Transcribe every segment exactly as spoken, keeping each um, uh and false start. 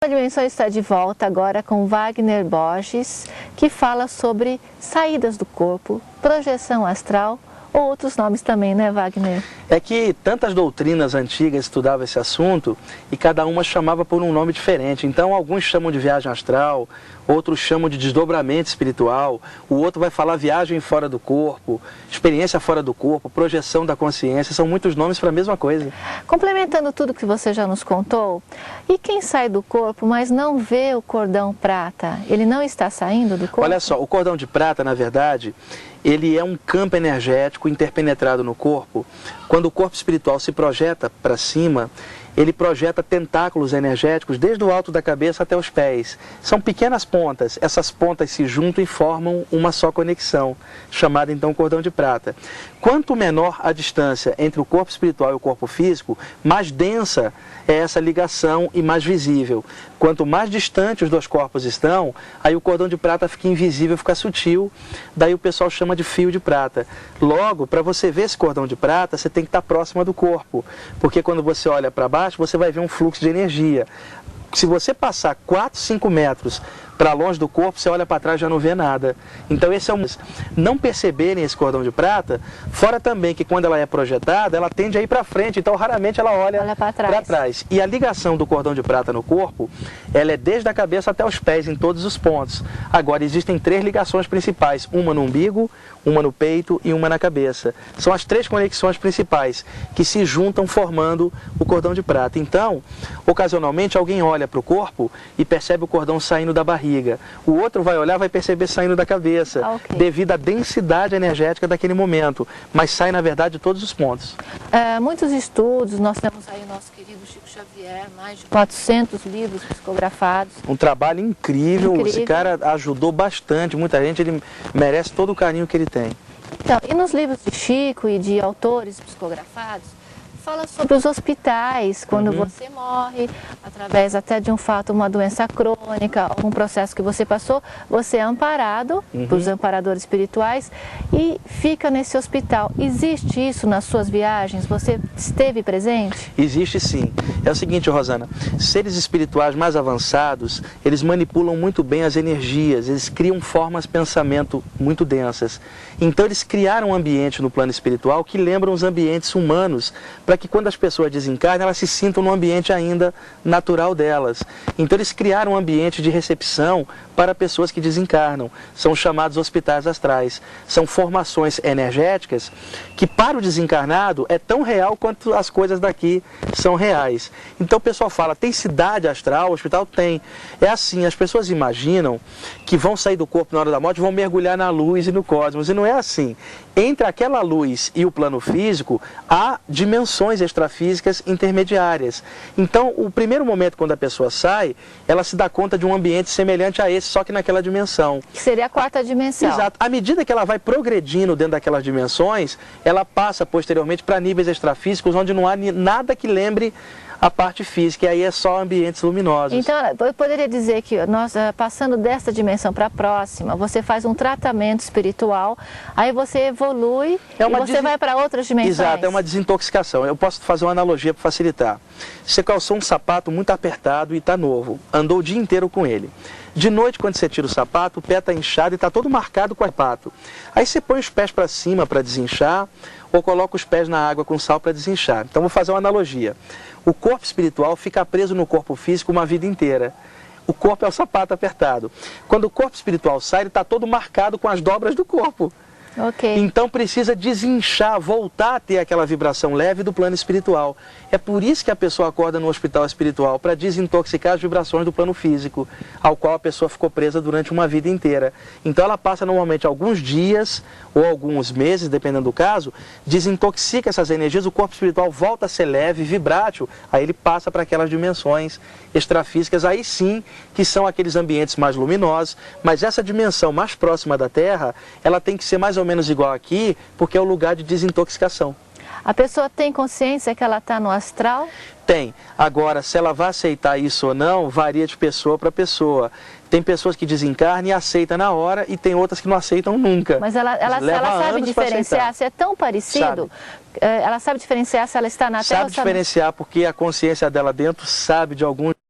A Dimensão está de volta agora com Wagner Borges, que fala sobre saídas do corpo, projeção astral, ou outros nomes também, né, Wagner? É que tantas doutrinas antigas estudavam esse assunto e cada uma chamava por um nome diferente. Então, alguns chamam de viagem astral, outros chamam de desdobramento espiritual, o outro vai falar viagem fora do corpo, experiência fora do corpo, projeção da consciência, são muitos nomes para a mesma coisa. Complementando tudo que você já nos contou, e quem sai do corpo, mas não vê o cordão prata, ele não está saindo do corpo? Olha só, o cordão de prata, na verdade, ele é um campo energético interpenetrado no corpo. Quando o corpo espiritual se projeta para cima, ele projeta tentáculos energéticos desde o alto da cabeça até os pés. São pequenas pontas, essas pontas se juntam e formam uma só conexão, chamada então cordão de prata. Quanto menor a distância entre o corpo espiritual e o corpo físico, mais densa é essa ligação e mais visível. Quanto mais distante os dois corpos estão, aí o cordão de prata fica invisível, fica sutil, daí o pessoal chama de fio de prata. Logo, para você ver esse cordão de prata, você tem que estar próxima do corpo, porque quando você olha para baixo, você vai ver um fluxo de energia. Se você passar quatro, cinco metros para longe do corpo, você olha para trás e já não vê nada. Então esse é um... Não perceberem esse cordão de prata, fora também que quando ela é projetada, ela tende a ir para frente, então raramente ela olha, olha para trás. trás. E a ligação do cordão de prata no corpo, ela é desde a cabeça até os pés, em todos os pontos. Agora, existem três ligações principais, uma no umbigo, uma no peito e uma na cabeça. São as três conexões principais que se juntam formando o cordão de prata. Então, ocasionalmente, alguém olha para o corpo e percebe o cordão saindo da barriga. O outro vai olhar, vai perceber saindo da cabeça, ah, okay. devido à densidade energética daquele momento. Mas sai, na verdade, de todos os pontos. É, muitos estudos, nós temos aí o nosso querido Chico Xavier, mais de quatrocentos livros psicografados. Um trabalho incrível, incrível. Esse cara ajudou bastante, muita gente, ele merece todo o carinho que ele tem. Então, e nos livros de Chico e de autores psicografados, fala sobre os hospitais, quando uhum. você morre, através até de um fato, uma doença crônica, algum processo que você passou, você é amparado uhum. pelos amparadores espirituais e fica nesse hospital. Existe isso nas suas viagens? Você esteve presente? Existe sim. É o seguinte, Rosana, seres espirituais mais avançados, eles manipulam muito bem as energias, eles criam formas de pensamento muito densas. Então eles criaram um ambiente no plano espiritual que lembram os ambientes humanos, para que quando as pessoas desencarnam, elas se sintam no ambiente ainda natural delas. Então eles criaram um ambiente de recepção para pessoas que desencarnam. São chamados hospitais astrais. São formações energéticas que para o desencarnado é tão real quanto as coisas daqui são reais. Então o pessoal fala, tem cidade astral? O hospital tem. É assim, as pessoas imaginam que vão sair do corpo na hora da morte, vão mergulhar na luz e no cosmos. E não é assim. Entre aquela luz e o plano físico, há dimensões extrafísicas intermediárias. Então, o primeiro momento quando a pessoa sai, ela se dá conta de um ambiente semelhante a esse, só que naquela dimensão. Que seria a quarta dimensão. Exato. À medida que ela vai progredindo dentro daquelas dimensões, ela passa posteriormente para níveis extrafísicos, onde não há nada que lembre a parte física, e aí é só ambientes luminosos. Então, eu poderia dizer que nós, passando desta dimensão para a próxima, você faz um tratamento espiritual, aí você evolui é e você des... vai para outras dimensões. Exato, é uma desintoxicação. Eu posso fazer uma analogia para facilitar. Você calçou um sapato muito apertado e está novo, andou o dia inteiro com ele. De noite, quando você tira o sapato, o pé está inchado e está todo marcado com o sapato. Aí você põe os pés para cima para desinchar, ou coloca os pés na água com sal para desinchar. Então, vou fazer uma analogia. O corpo espiritual fica preso no corpo físico uma vida inteira. O corpo é o sapato apertado. Quando o corpo espiritual sai, ele está todo marcado com as dobras do corpo. Okay. Então precisa desinchar, voltar a ter aquela vibração leve do plano espiritual. É por isso que a pessoa acorda no hospital espiritual, para desintoxicar as vibrações do plano físico, ao qual a pessoa ficou presa durante uma vida inteira. Então ela passa normalmente alguns dias ou alguns meses, dependendo do caso, desintoxica essas energias, o corpo espiritual volta a ser leve, vibrátil, aí ele passa para aquelas dimensões extrafísicas, aí sim que são aqueles ambientes mais luminosos, mas essa dimensão mais próxima da Terra, ela tem que ser mais ou menos igual aqui, porque é o lugar de desintoxicação. A pessoa tem consciência que ela está no astral? Tem. Agora, se ela vai aceitar isso ou não, varia de pessoa para pessoa. Tem pessoas que desencarnam e aceitam na hora, e tem outras que não aceitam nunca. Mas ela, ela, ela sabe diferenciar, se é tão parecido, sabe. Ela sabe diferenciar se ela está na Terra sabe ou diferenciar, sabe... porque a consciência dela dentro sabe de alguns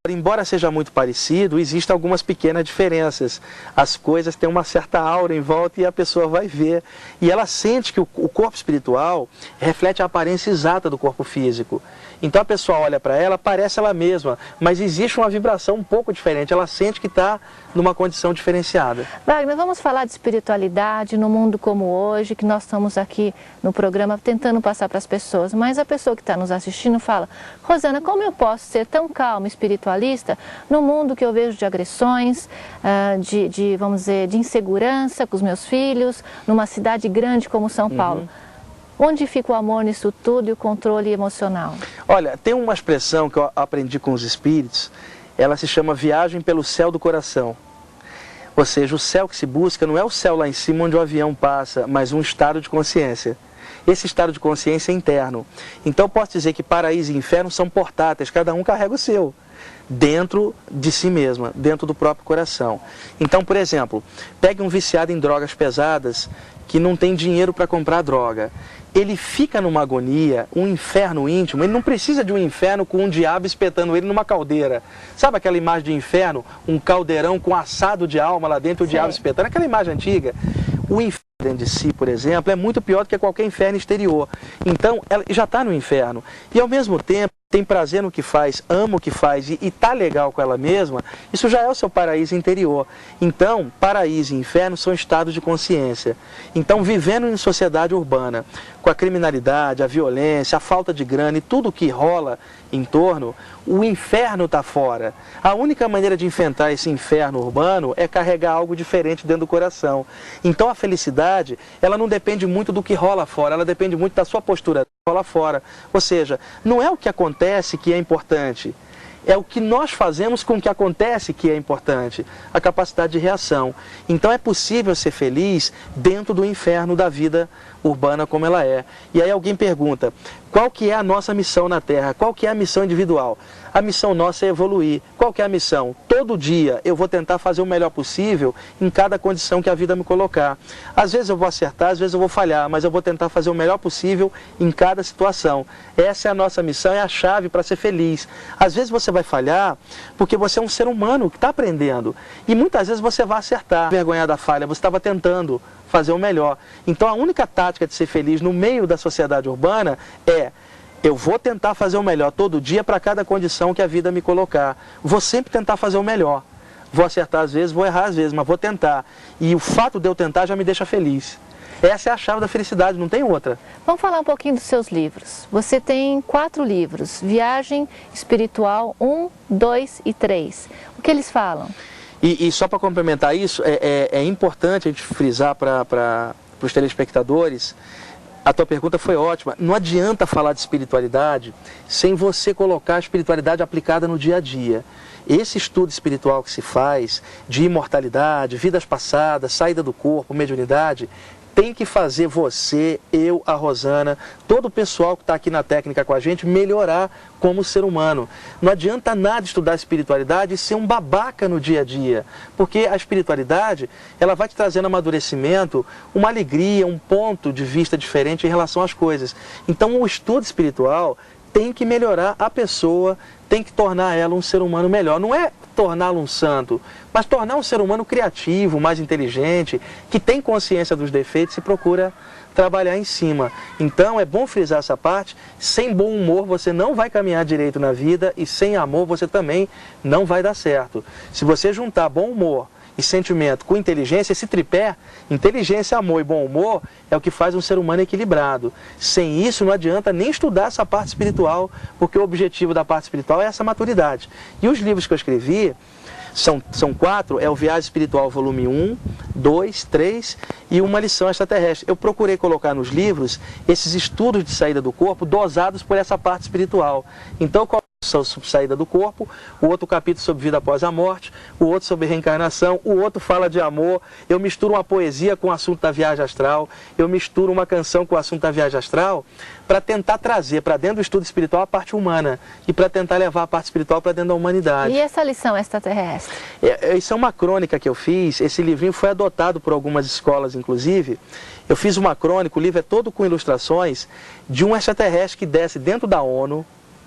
Embora seja muito parecido, existem algumas pequenas diferenças. As coisas têm uma certa aura em volta e a pessoa vai ver. E ela sente que o corpo espiritual reflete a aparência exata do corpo físico. Então a pessoa olha para ela, parece ela mesma, mas existe uma vibração um pouco diferente. Ela sente que está numa condição diferenciada. Wagner, vamos falar de espiritualidade no mundo como hoje, que nós estamos aqui no programa tentando passar para as pessoas. Mas a pessoa que está nos assistindo fala: Rosana, como eu posso ser tão calma, espiritualista, no mundo que eu vejo de agressões, de, de vamos dizer, de insegurança com os meus filhos, numa cidade grande como São Paulo? Uhum. Onde fica o amor nisso tudo e o controle emocional? Olha, tem uma expressão que eu aprendi com os espíritos, ela se chama viagem pelo céu do coração. Ou seja, o céu que se busca não é o céu lá em cima onde o avião passa, mas um estado de consciência. Esse estado de consciência é interno. Então eu posso dizer que paraíso e inferno são portáteis, cada um carrega o seu, dentro de si mesma, dentro do próprio coração. Então, por exemplo, pegue um viciado em drogas pesadas que não tem dinheiro para comprar droga. Ele fica numa agonia, um inferno íntimo. Ele não precisa de um inferno com um diabo espetando ele numa caldeira. Sabe aquela imagem de inferno? Um caldeirão com assado de alma lá dentro, o diabo espetando. Aquela imagem antiga. O inferno dentro de si, por exemplo, é muito pior do que qualquer inferno exterior. Então, ela já está no inferno. E ao mesmo tempo, tem prazer no que faz, ama o que faz e está legal com ela mesma, isso já é o seu paraíso interior. Então, paraíso e inferno são estados de consciência. Então, vivendo em sociedade urbana, com a criminalidade, a violência, a falta de grana e tudo que rola em torno, o inferno está fora. A única maneira de enfrentar esse inferno urbano é carregar algo diferente dentro do coração. Então, a felicidade, ela não depende muito do que rola fora, ela depende muito da sua postura rola fora. Ou seja, não é o que acontece que é importante, é o que nós fazemos com o que acontece que é importante, a capacidade de reação. Então é possível ser feliz dentro do inferno da vida urbana como ela é. E aí alguém pergunta, qual que é a nossa missão na Terra? Qual que é a missão individual? A missão nossa é evoluir. Qual que é a missão? Todo dia eu vou tentar fazer o melhor possível em cada condição que a vida me colocar. Às vezes eu vou acertar, às vezes eu vou falhar, mas eu vou tentar fazer o melhor possível em cada situação. Essa é a nossa missão, é a chave para ser feliz. Às vezes você vai falhar porque você é um ser humano que está aprendendo. E muitas vezes você vai acertar. Vergonha da falha, você estava tentando fazer o melhor. Então a única tática de ser feliz no meio da sociedade urbana é: eu vou tentar fazer o melhor todo dia para cada condição que a vida me colocar. Vou sempre tentar fazer o melhor. Vou acertar às vezes, vou errar às vezes, mas vou tentar. E o fato de eu tentar já me deixa feliz. Essa é a chave da felicidade, não tem outra. Vamos falar um pouquinho dos seus livros. Você tem quatro livros, Viagem Espiritual um, dois e três. O que eles falam? E, e só para complementar isso, é, é, é importante a gente frisar para os telespectadores. A tua pergunta foi ótima. Não adianta falar de espiritualidade sem você colocar a espiritualidade aplicada no dia a dia. Esse estudo espiritual que se faz, de imortalidade, vidas passadas, saída do corpo, mediunidade, tem que fazer você, eu, a Rosana, todo o pessoal que está aqui na técnica com a gente, melhorar como ser humano. Não adianta nada estudar espiritualidade e ser um babaca no dia a dia, porque a espiritualidade, ela vai te trazendo amadurecimento, uma alegria, um ponto de vista diferente em relação às coisas. Então o estudo espiritual tem que melhorar a pessoa, tem que tornar ela um ser humano melhor. Não é torná-lo um santo, mas tornar um ser humano criativo, mais inteligente, que tem consciência dos defeitos e procura trabalhar em cima. Então é bom frisar essa parte: sem bom humor você não vai caminhar direito na vida e sem amor você também não vai dar certo. Se você juntar bom humor e sentimento com inteligência, esse tripé, inteligência, amor e bom humor, é o que faz um ser humano equilibrado. Sem isso não adianta nem estudar essa parte espiritual, porque o objetivo da parte espiritual é essa maturidade. E os livros que eu escrevi, são, são quatro, é o Viagem Espiritual volume um, dois, três e Uma Lição Extraterrestre. Eu procurei colocar nos livros esses estudos de saída do corpo dosados por essa parte espiritual. Então, sobre saída do corpo, o outro capítulo sobre vida após a morte, o outro sobre reencarnação, o outro fala de amor. Eu misturo uma poesia com o assunto da viagem astral, eu misturo uma canção com o assunto da viagem astral, para tentar trazer para dentro do estudo espiritual a parte humana e para tentar levar a parte espiritual para dentro da humanidade. E essa lição extraterrestre? É, isso é uma crônica que eu fiz. Esse livrinho foi adotado por algumas escolas, inclusive. Eu fiz uma crônica, o livro é todo com ilustrações de um extraterrestre que desce dentro da ONU,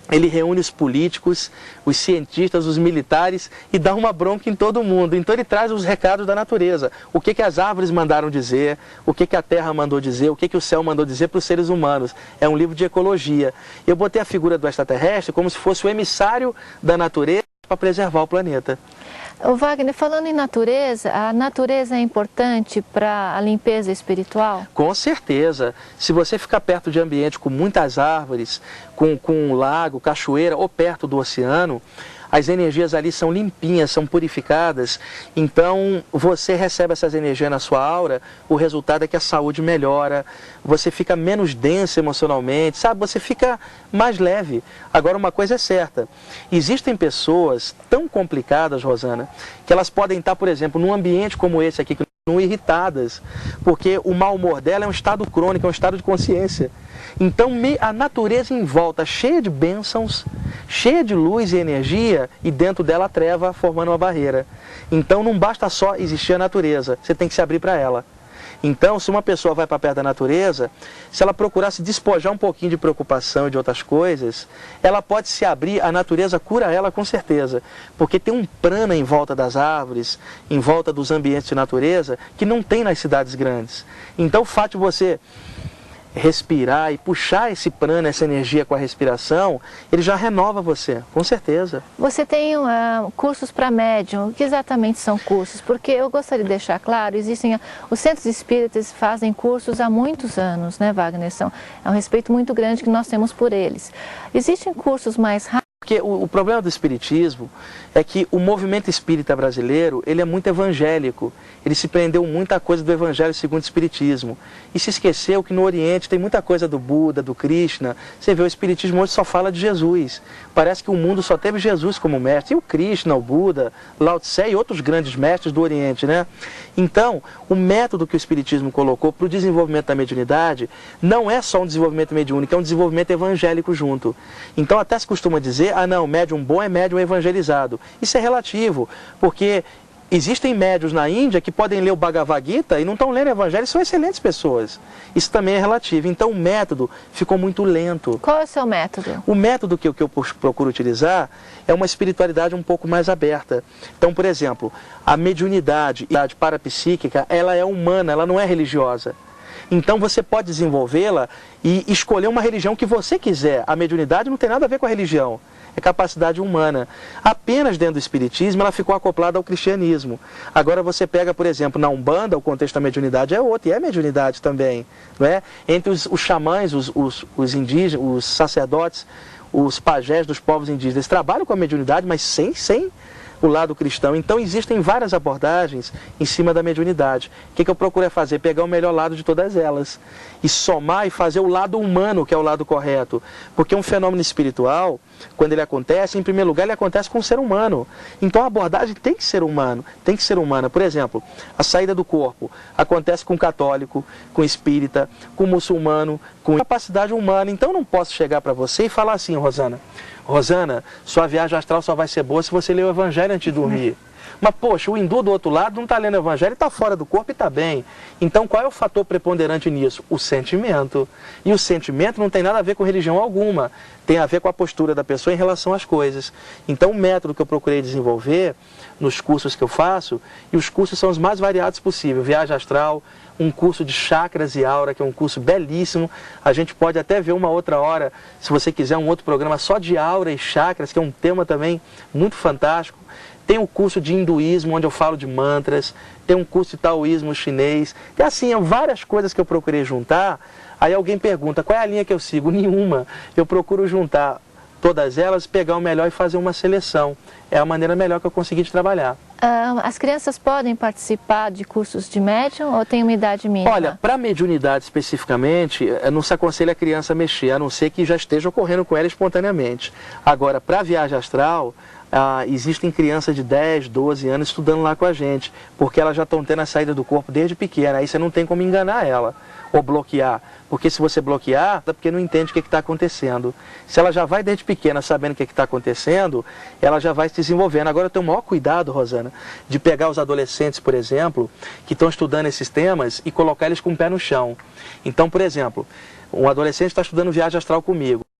ele reúne os políticos, os cientistas, os militares e dá uma bronca em todo mundo. Então ele traz os recados da natureza. O que, que as árvores mandaram dizer, o que, que a terra mandou dizer, o que, que o céu mandou dizer para os seres humanos. É um livro de ecologia. Eu botei a figura do extraterrestre como se fosse o emissário da natureza para preservar o planeta. O Wagner, falando em natureza, a natureza é importante para a limpeza espiritual? Com certeza. Se você ficar perto de ambiente com muitas árvores, com, com um lago, cachoeira ou perto do oceano, as energias ali são limpinhas, são purificadas, então você recebe essas energias na sua aura, o resultado é que a saúde melhora, você fica menos denso emocionalmente, sabe? Você fica mais leve. Agora, uma coisa é certa, existem pessoas tão complicadas, Rosana, que elas podem estar, por exemplo, num ambiente como esse aqui, que não irritadas, porque o mau humor dela é um estado crônico, é um estado de consciência. Então a natureza em volta, cheia de bênçãos, cheia de luz e energia, e dentro dela a treva formando uma barreira. Então não basta só existir a natureza, você tem que se abrir para ela. Então, se uma pessoa vai para perto da natureza, se ela procurar se despojar um pouquinho de preocupação e de outras coisas, ela pode se abrir, a natureza cura ela com certeza. Porque tem um prana em volta das árvores, em volta dos ambientes de natureza, que não tem nas cidades grandes. Então, o fato de você respirar e puxar esse prana, essa energia com a respiração, ele já renova você, com certeza. Você tem uh, cursos para médium, o que exatamente são cursos? Porque eu gostaria de deixar claro, existem, os centros espíritas fazem cursos há muitos anos, né, Wagner? São, é um respeito muito grande que nós temos por eles. Existem cursos mais rápidos? Porque o, o problema do espiritismo é que o movimento espírita brasileiro, ele é muito evangélico. Ele se prendeu muito à coisa do evangelho segundo o espiritismo. E se esqueceu que no Oriente tem muita coisa do Buda, do Krishna. Você vê, o espiritismo hoje só fala de Jesus. Parece que o mundo só teve Jesus como mestre. E o Krishna, o Buda, Lao Tse e outros grandes mestres do Oriente, né? Então, o método que o espiritismo colocou para o desenvolvimento da mediunidade não é só um desenvolvimento mediúnico, é um desenvolvimento evangélico junto. Então, até se costuma dizer, ah não, médium bom é médium evangelizado. Isso é relativo, porque existem médiuns na Índia que podem ler o Bhagavad Gita e não estão lendo o Evangelho, são excelentes pessoas. Isso também é relativo. Então o método ficou muito lento. Qual é o seu método? O método que eu, que eu procuro utilizar é uma espiritualidade um pouco mais aberta. Então, por exemplo, a mediunidade e a parapsíquica, ela é humana, ela não é religiosa. Então você pode desenvolvê-la e escolher uma religião que você quiser. A mediunidade não tem nada a ver com a religião. É capacidade humana. Apenas dentro do espiritismo ela ficou acoplada ao cristianismo. Agora você pega, por exemplo, na Umbanda, o contexto da mediunidade é outro, e é mediunidade também. Não é? Entre os, os xamãs, os, os, os indígenas, os sacerdotes, os pajés dos povos indígenas, eles trabalham com a mediunidade, mas sem, sem o lado cristão. Então existem várias abordagens em cima da mediunidade. O que, que eu procuro é fazer? Pegar o melhor lado de todas elas e somar e fazer o lado humano, que é o lado correto. Porque um fenômeno espiritual, quando ele acontece, em primeiro lugar ele acontece com o ser humano. Então a abordagem tem que ser humano, tem que ser humana. Por exemplo, a saída do corpo acontece com o católico, com o espírita, com o muçulmano, com capacidade humana. Então eu não posso chegar para você e falar assim, Rosana, Rosana, sua viagem astral só vai ser boa se você ler o Evangelho antes de dormir. Mas, poxa, o hindu do outro lado não está lendo o Evangelho, está fora do corpo e está bem. Então, qual é o fator preponderante nisso? O sentimento. E o sentimento não tem nada a ver com religião alguma. Tem a ver com a postura da pessoa em relação às coisas. Então, o método que eu procurei desenvolver nos cursos que eu faço, e os cursos são os mais variados possível. Viagem astral, um curso de chakras e aura, que é um curso belíssimo. A gente pode até ver uma outra hora, se você quiser, um outro programa só de aura e chakras, que é um tema também muito fantástico. Tem o curso de hinduísmo, onde eu falo de mantras. Tem um curso de taoísmo chinês. E assim, várias coisas que eu procurei juntar. Aí alguém pergunta, qual é a linha que eu sigo? Nenhuma. Eu procuro juntar todas elas, pegar o melhor e fazer uma seleção. É a maneira melhor que eu consegui de trabalhar. Uh, as crianças podem participar de cursos de médium ou tem uma idade mínima? Olha, para mediunidade especificamente, não se aconselha a criança mexer, a não ser que já esteja ocorrendo com ela espontaneamente. Agora, para viagem astral, Uh, existem crianças de dez, doze anos estudando lá com a gente, porque elas já estão tendo a saída do corpo desde pequena, aí você não tem como enganar ela, ou bloquear, porque se você bloquear, é porque não entende o que está acontecendo. Se ela já vai desde pequena sabendo o que está acontecendo, ela já vai se desenvolvendo. Agora eu tenho o maior cuidado, Rosana, de pegar os adolescentes, por exemplo, que estão estudando esses temas e colocar eles com o pé no chão. Então, por exemplo, um adolescente está estudando viagem astral comigo.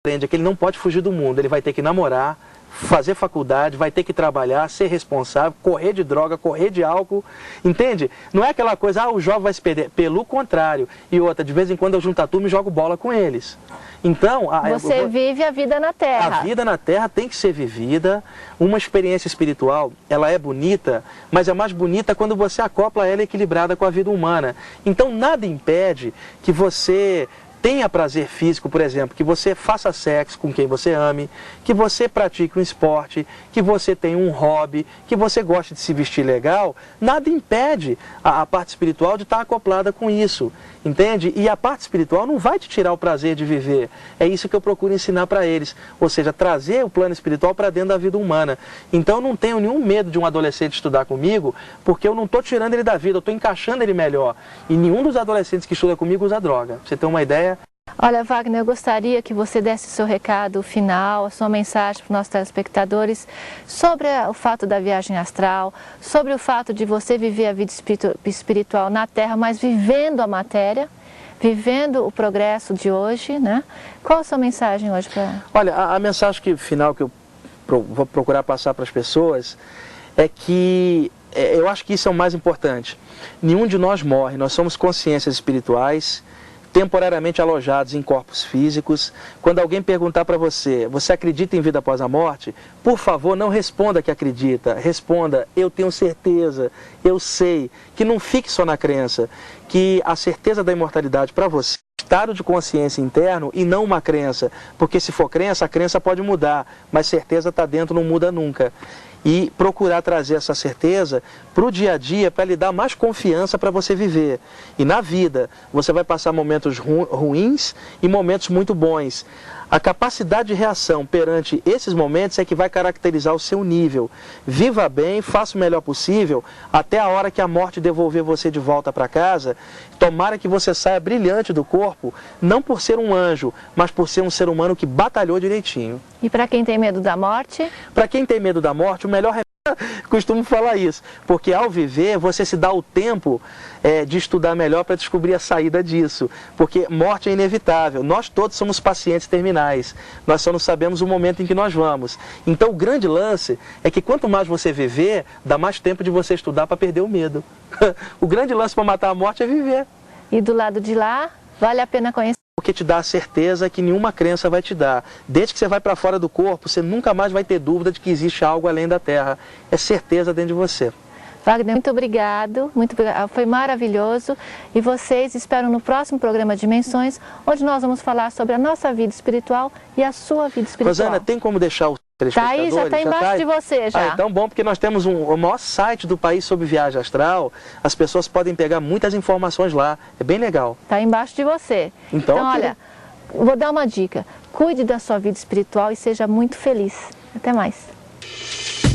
aprende é que ele não pode fugir do mundo, ele vai ter que namorar, fazer faculdade, vai ter que trabalhar, ser responsável, correr de droga, correr de álcool, entende? Não é aquela coisa, ah, o jovem vai se perder, pelo contrário. E outra, de vez em quando eu junto a turma e jogo bola com eles. Então... A, Você eu, vive a vida na Terra. A vida na Terra tem que ser vivida, uma experiência espiritual, ela é bonita, mas é mais bonita quando você acopla ela equilibrada com a vida humana. Então nada impede que você... tenha prazer físico, por exemplo, que você faça sexo com quem você ame, que você pratique um esporte, que você tenha um hobby, que você goste de se vestir legal, nada impede a, a parte espiritual de estar acoplada com isso, entende? E a parte espiritual não vai te tirar o prazer de viver, é isso que eu procuro ensinar para eles, ou seja, trazer o plano espiritual para dentro da vida humana. Então eu não tenho nenhum medo de um adolescente estudar comigo, porque eu não estou tirando ele da vida, eu estou encaixando ele melhor. E nenhum dos adolescentes que estuda comigo usa droga, pra você ter uma ideia. Olha, Wagner, eu gostaria que você desse o seu recado final, a sua mensagem para os nossos telespectadores sobre o fato da viagem astral, sobre o fato de você viver a vida espiritual na Terra, mas vivendo a matéria, vivendo o progresso de hoje, né? Qual a sua mensagem hoje para... Olha, a, a mensagem que, final que eu pro, vou procurar passar para as pessoas é que é, eu acho que isso é o mais importante. Nenhum de nós morre, nós somos consciências espirituais, temporariamente alojados em corpos físicos. Quando alguém perguntar para você, você acredita em vida após a morte? Por favor, não responda que acredita, responda, eu tenho certeza, eu sei, que não fique só na crença, que a certeza da imortalidade para você é um estado de consciência interno e não uma crença, porque se for crença, a crença pode mudar, mas certeza está dentro, não muda nunca. E procurar trazer essa certeza para o dia a dia, para lhe dar mais confiança para você viver. E na vida, você vai passar momentos ru ruins e momentos muito bons. A capacidade de reação perante esses momentos é que vai caracterizar o seu nível. Viva bem, faça o melhor possível, até a hora que a morte devolver você de volta para casa. Tomara que você saia brilhante do corpo, não por ser um anjo, mas por ser um ser humano que batalhou direitinho. E para quem tem medo da morte? Para quem tem medo da morte, o melhor remédio, costumo falar isso, porque ao viver você se dá o tempo é, de estudar melhor para descobrir a saída disso, porque morte é inevitável, nós todos somos pacientes terminais, nós só não sabemos o momento em que nós vamos. Então o grande lance é que quanto mais você viver, dá mais tempo de você estudar para perder o medo. O grande lance para matar a morte é viver. E do lado de lá, vale a pena conhecer. Porque te dá a certeza que nenhuma crença vai te dar. Desde que você vai para fora do corpo, você nunca mais vai ter dúvida de que existe algo além da Terra. É certeza dentro de você. Wagner, muito obrigado, muito obrigado, foi maravilhoso. E vocês esperam no próximo programa Dimensões, onde nós vamos falar sobre a nossa vida espiritual e a sua vida espiritual. Rosana, tem como deixar o Tá aí, já está embaixo tá de você já. Ah, então bom, porque nós temos um, o maior site do país sobre viagem astral, as pessoas podem pegar muitas informações lá, é bem legal. Está embaixo de você. Então, então olha, vou dar uma dica, cuide da sua vida espiritual e seja muito feliz. Até mais.